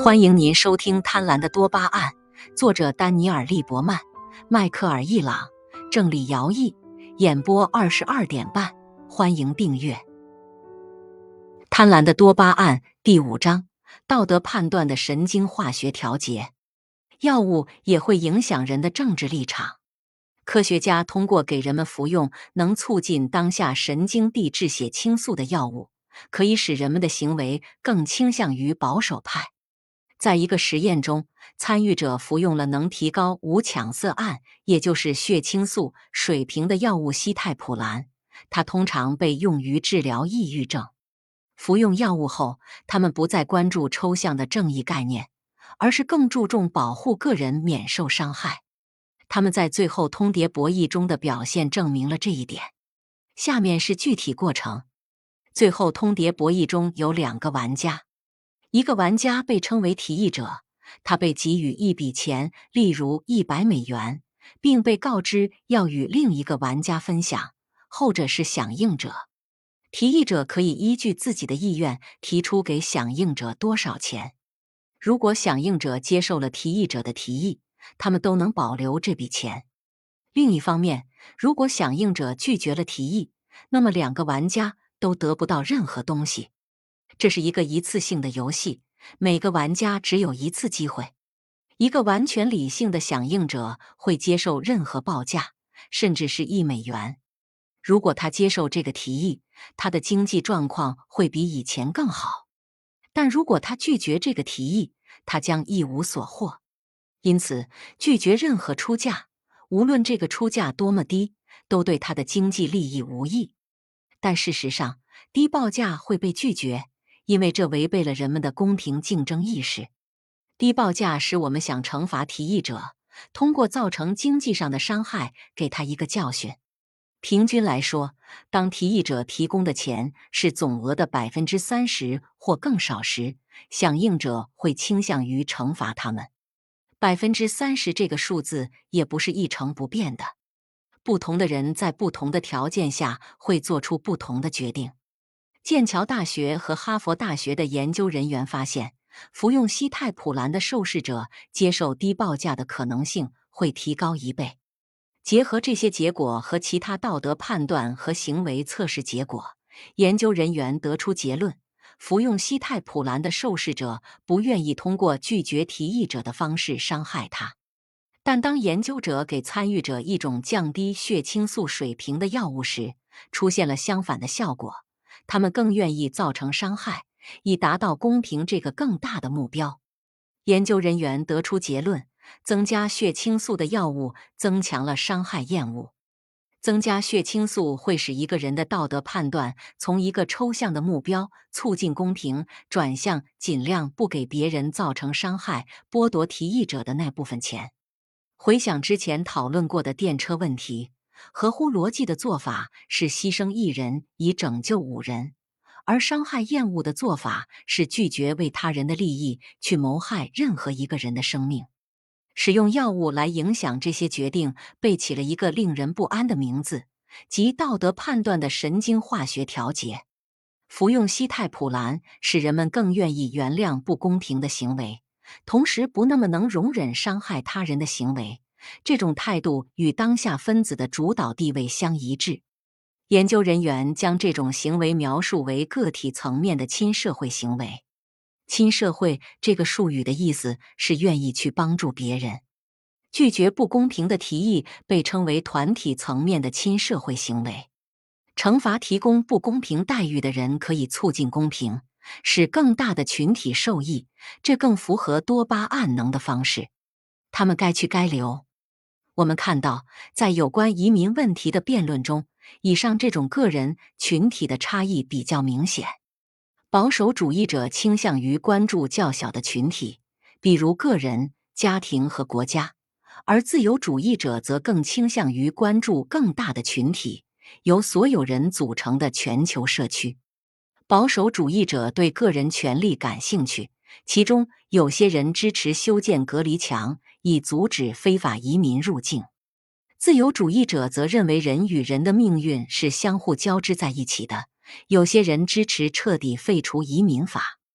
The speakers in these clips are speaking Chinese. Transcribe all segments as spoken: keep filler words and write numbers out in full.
欢迎您收听《贪婪的多巴胺》，作者丹尼尔·利伯曼、迈克尔·易朗，郑理尧译，演播二十二点半。欢迎订阅《贪婪的多巴胺》第五章：道德判断的神经化学调节。药物也会影响人的政治立场。科学家通过给人们服用能促进当下神经递质血清素的药物，可以使人们的行为更倾向于保守派。在一个实验中，参与者服用了能提高五羟色胺，也就是血清素水平的药物西泰普兰，它通常被用于治疗抑郁症。服用药物后，他们不再关注抽象的正义概念，而是更注重保护个人免受伤害。他们在最后通牒博弈中的表现证明了这一点。下面是具体过程。最后通牒博弈中有两个玩家，一个玩家被称为提议者，他被给予一笔钱，例如一百美元，并被告知要与另一个玩家分享，后者是响应者。提议者可以依据自己的意愿提出给响应者多少钱。如果响应者接受了提议者的提议，他们都能保留这笔钱。另一方面，如果响应者拒绝了提议，那么两个玩家都得不到任何东西。这是一个一次性的游戏，每个玩家只有一次机会。一个完全理性的响应者会接受任何报价，甚至是一美元。如果他接受这个提议，他的经济状况会比以前更好。但如果他拒绝这个提议，他将一无所获。因此，拒绝任何出价，无论这个出价多么低，都对他的经济利益无益。但事实上，低报价会被拒绝，因为这违背了人们的公平竞争意识。低报价使我们想惩罚提议者，通过造成经济上的伤害给他一个教训。平均来说，当提议者提供的钱是总额的 百分之三十 或更少时，响应者会倾向于惩罚他们。百分之三十 这个数字也不是一成不变的。不同的人在不同的条件下会做出不同的决定。剑桥大学和哈佛大学的研究人员发现，服用西泰普兰的受试者接受低报价的可能性会提高一倍。结合这些结果和其他道德判断和行为测试结果，研究人员得出结论：服用西泰普兰的受试者不愿意通过拒绝提议者的方式伤害他。但当研究者给参与者一种降低血清素水平的药物时，出现了相反的效果。他们更愿意造成伤害，以达到公平这个更大的目标。研究人员得出结论：增加血清素的药物增强了伤害厌恶。增加血清素会使一个人的道德判断从一个抽象的目标促进公平，转向尽量不给别人造成伤害，剥夺提议者的那部分钱。回想之前讨论过的电车问题，合乎逻辑的做法是牺牲一人以拯救五人，而伤害厌恶的做法是拒绝为他人的利益去谋害任何一个人的生命。使用药物来影响这些决定被起了一个令人不安的名字，即道德判断的神经化学调节。服用西泰普兰使人们更愿意原谅不公平的行为，同时不那么能容忍伤害他人的行为。这种态度与当下分子的主导地位相一致。研究人员将这种行为描述为个体层面的亲社会行为。亲社会这个术语的意思是愿意去帮助别人。拒绝不公平的提议被称为团体层面的亲社会行为。惩罚提供不公平待遇的人可以促进公平，使更大的群体受益，这更符合多巴胺能的方式。他们该去该留。我们看到，在有关移民问题的辩论中，以上这种个人群体的差异比较明显。保守主义者倾向于关注较小的群体，比如个人、家庭和国家，而自由主义者则更倾向于关注更大的群体，由所有人组成的全球社区。保守主义者对个人权利感兴趣，其中有些人支持修建隔离墙，以阻止非法移民入境。自由主义者则认为人与人的命运是相互交织在一起的，有些人支持彻底废除移民法。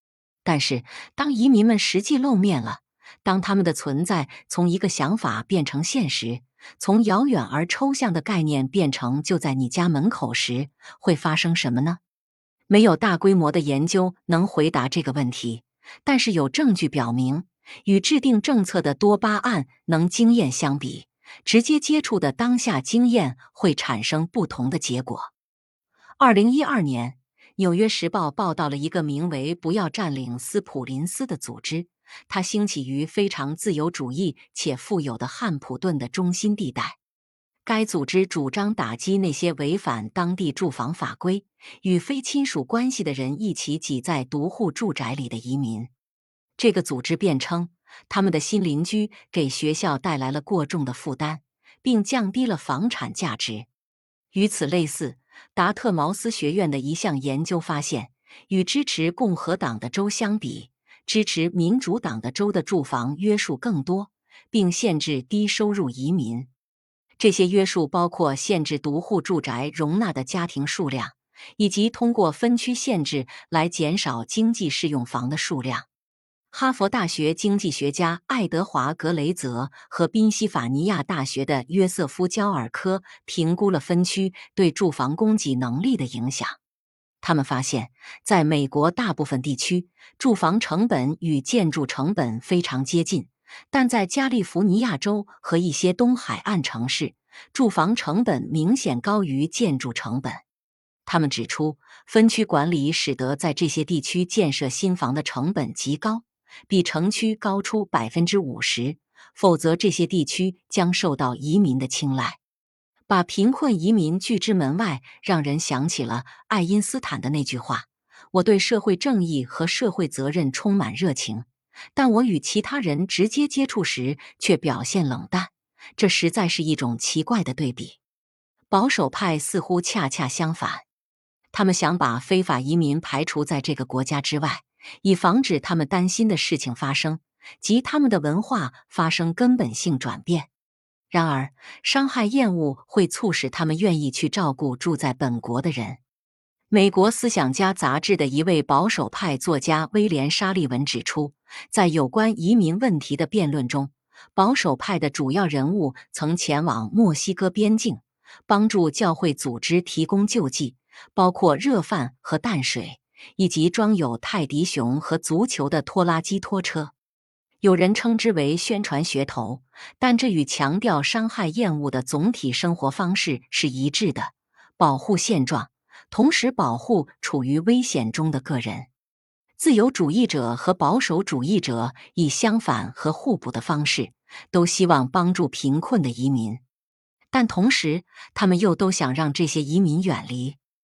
但是，当移民们实际露面了，当他们的存在从一个想法变成现实，从遥远而抽象的概念变成就在你家门口时，会发生什么呢？没有大规模的研究能回答这个问题，但是有证据表明，与制定政策的多巴胺能经验相比，直接接触的当下经验会产生不同的结果。二零一二年，《纽约时报》报道了一个名为“不要占领斯普林斯”的组织，它兴起于非常自由主义且富有的汉普顿的中心地带。该组织主张打击那些违反当地住房法规、与非亲属关系的人一起挤在独户住宅里的移民。这个组织辩称，他们的新邻居给学校带来了过重的负担，并降低了房产价值。与此类似，达特茅斯学院的一项研究发现，与支持共和党的州相比，支持民主党的州的住房约束更多，并限制低收入移民。这些约束包括限制独户住宅容纳的家庭数量，以及通过分区限制来减少经济适用房的数量。哈佛大学经济学家爱德华·格雷泽和宾夕法尼亚大学的约瑟夫·焦尔科评估了分区对住房供给能力的影响。他们发现，在美国大部分地区，住房成本与建筑成本非常接近，但在加利福尼亚州和一些东海岸城市，住房成本明显高于建筑成本。他们指出，分区管理使得在这些地区建设新房的成本极高，比城区高出 百分之五十， 否则这些地区将受到移民的青睐。把贫困移民拒之门外，让人想起了爱因斯坦的那句话：我对社会正义和社会责任充满热情，但我与其他人直接接触时却表现冷淡，这实在是一种奇怪的对比。保守派似乎恰恰相反，他们想把非法移民排除在这个国家之外，以防止他们担心的事情发生，即他们的文化发生根本性转变。然而，伤害厌恶会促使他们愿意去照顾住在本国的人。美国思想家杂志的一位保守派作家威廉·沙利文指出，在有关移民问题的辩论中，保守派的主要人物曾前往墨西哥边境，帮助教会组织提供救济，包括热饭和淡水，以及装有泰迪熊和足球的拖拉机拖车。有人称之为宣传噱头，但这与强调伤害厌恶的总体生活方式是一致的：保护现状，同时保护处于危险中的个人。自由主义者和保守主义者以相反和互补的方式，都希望帮助贫困的移民，但同时，他们又都想让这些移民远离。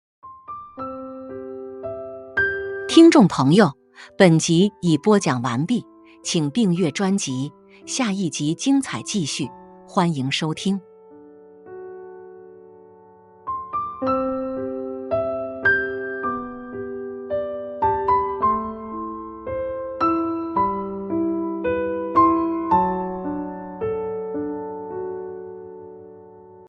听众朋友，本集已播讲完毕，请订阅专辑，下一集精彩继续，欢迎收听。